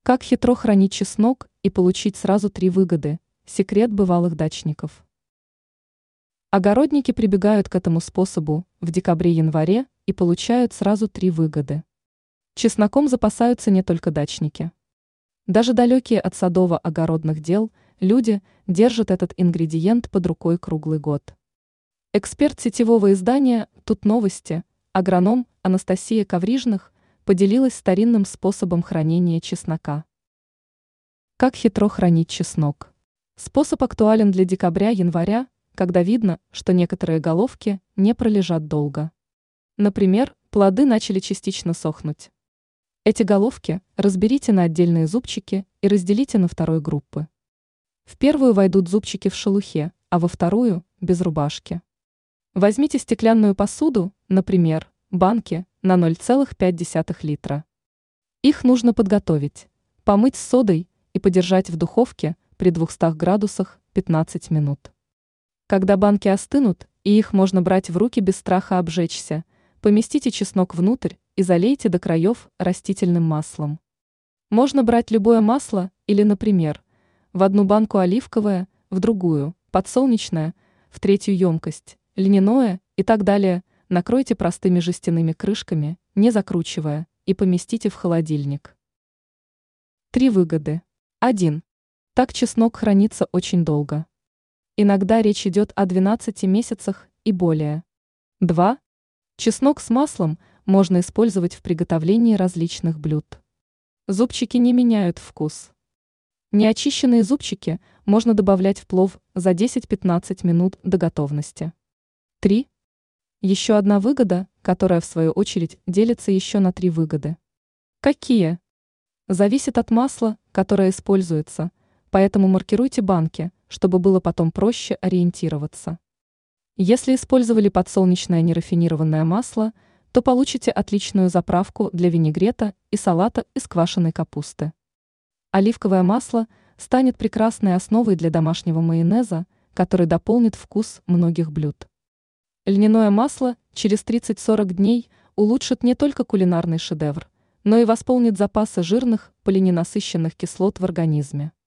Как хитро хранить чеснок и получить сразу три выгоды? Секрет бывалых дачников. Огородники прибегают к этому способу в декабре-январе и получают сразу три выгоды. Чесноком запасаются не только дачники. Даже далекие от садово-огородных дел люди держат этот ингредиент под рукой круглый год. Эксперт сетевого издания «Тут новости», агроном Анастасия Коврижных, поделилась старинным способом хранения чеснока. Как хитро хранить чеснок? Способ актуален для декабря-января, когда видно, что некоторые головки не пролежат долго. Например, плоды начали частично сохнуть. Эти головки разберите на отдельные зубчики и разделите на второй группы. В первую войдут зубчики в шелухе, а во вторую – без рубашки. Возьмите стеклянную посуду, например, банки на 0,5 литра. Их нужно подготовить, помыть с содой и подержать в духовке при 200 градусах 15 минут. Когда банки остынут и их можно брать в руки без страха обжечься, поместите чеснок внутрь и залейте до краев растительным маслом. Можно брать любое масло или, например, в одну банку оливковое, в другую – подсолнечное, в третью емкость – льняное и так далее. Накройте простыми жестяными крышками, не закручивая, и поместите в холодильник. Три выгоды. 1. Так чеснок хранится очень долго. Иногда речь идет о 12 месяцах и более. 2. Чеснок с маслом можно использовать в приготовлении различных блюд. Зубчики не меняют вкус. Неочищенные зубчики можно добавлять в плов за 10-15 минут до готовности. 3. Еще одна выгода, которая в свою очередь делится еще на три выгоды. Какие? Зависит от масла, которое используется, поэтому маркируйте банки, чтобы было потом проще ориентироваться. Если использовали подсолнечное нерафинированное масло, то получите отличную заправку для винегрета и салата из квашеной капусты. Оливковое масло станет прекрасной основой для домашнего майонеза, который дополнит вкус многих блюд. Льняное масло через 30-40 дней улучшит не только кулинарный шедевр, но и восполнит запасы жирных полиненасыщенных кислот в организме.